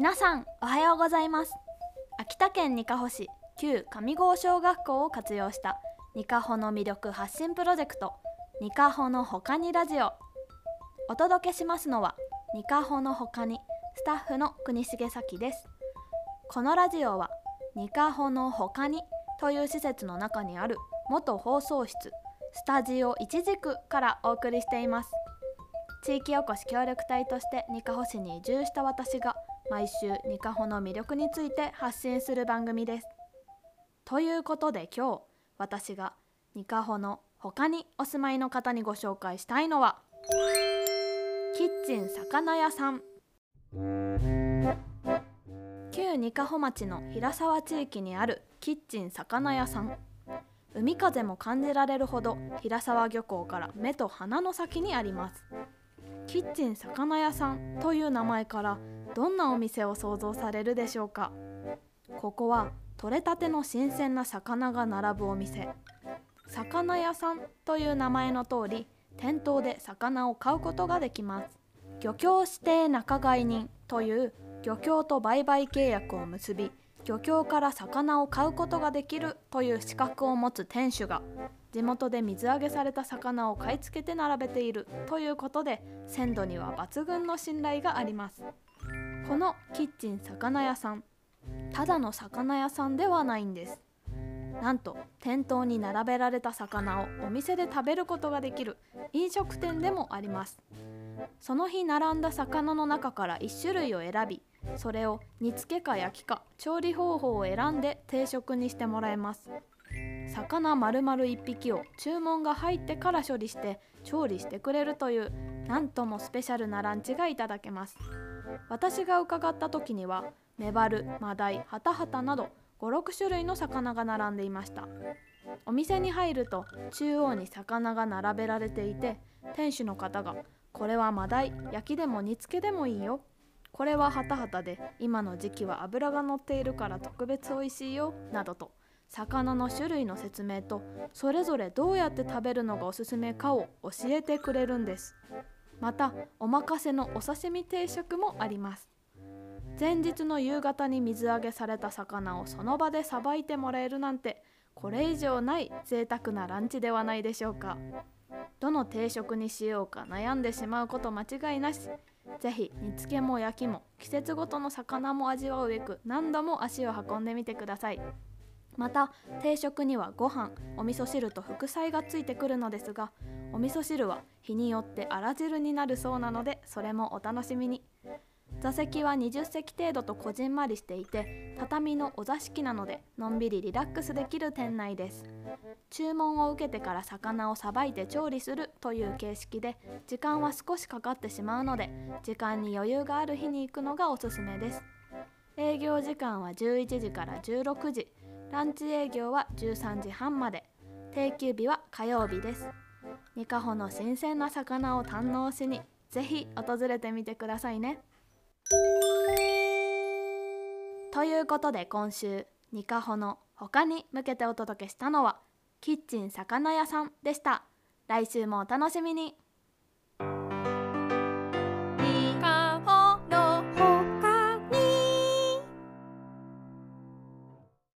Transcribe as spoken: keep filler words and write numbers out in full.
皆さんおはようございます。秋田県にかほ市旧上郷小学校を活用したにかほの魅力発信プロジェクトにかほのほかにラジオ。お届けしますのはにかほのほかにスタッフの国重咲です。このラジオはにかほのほかにという施設の中にある元放送室スタジオいちじくからお送りしています。地域おこし協力隊としてにかほ市に移住した私が毎週にかほの魅力について発信する番組です。ということで今日私がにかほの他にお住まいの方にご紹介したいのはキッチン魚屋さん。旧にかほ町の平沢地域にあるキッチン魚屋さん。海風も感じられるほど平沢漁港から目と鼻の先にあります。キッチン魚屋さんという名前からどんなお店を想像されるでしょうか。ここは取れたての新鮮な魚が並ぶお店。魚屋さんという名前の通り店頭で魚を買うことができます。漁協指定仲買人という漁協と売買契約を結び漁協から魚を買うことができるという資格を持つ店主が地元で水揚げされた魚を買い付けて並べているということで鮮度には抜群の信頼があります。このキッチン魚屋さん、ただの魚屋さんではないんです。なんと店頭に並べられた魚をお店で食べることができる飲食店でもあります。その日並んだ魚の中からいち種類を選び、それを煮付けか焼きか調理方法を選んで定食にしてもらえます。魚丸々いっぴきを注文が入ってから処理して調理してくれるというなんともスペシャルなランチがいただけます。私が伺った時にはメバル、マダイ、ハタハタなどご、ろく種類の魚が並んでいました。お店に入ると中央に魚が並べられていて、店主の方がこれはマダイ、焼きでも煮付けでもいいよ、これはハタハタで今の時期は脂が乗っているから特別おいしいよなどと魚の種類の説明とそれぞれどうやって食べるのがおすすめかを教えてくれるんです。またおまかせのお刺身定食もあります。前日の夕方に水揚げされた魚をその場でさばいてもらえるなんてこれ以上ない贅沢なランチではないでしょうか。どの定食にしようか悩んでしまうこと間違いなし。ぜひ煮付けも焼きも季節ごとの魚も味わうべく何度も足を運んでみてください。また定食にはご飯、お味噌汁と副菜がついてくるのですが、お味噌汁は日によってあら汁になるそうなのでそれもお楽しみに。座席はにじゅっせき程度とこじんまりしていて畳のお座敷なのでのんびりリラックスできる店内です。注文を受けてから魚をさばいて調理するという形式で時間は少しかかってしまうので時間に余裕がある日に行くのがおすすめです。営業時間はじゅういちじからじゅうろくじ、ランチ営業はじゅうさんじはんまで、定休日は火曜日です。にかほの新鮮な魚を堪能しにぜひ訪れてみてくださいね。ということで今週にかほの他に向けてお届けしたのはキッチン魚屋さんでした。来週もお楽しみに。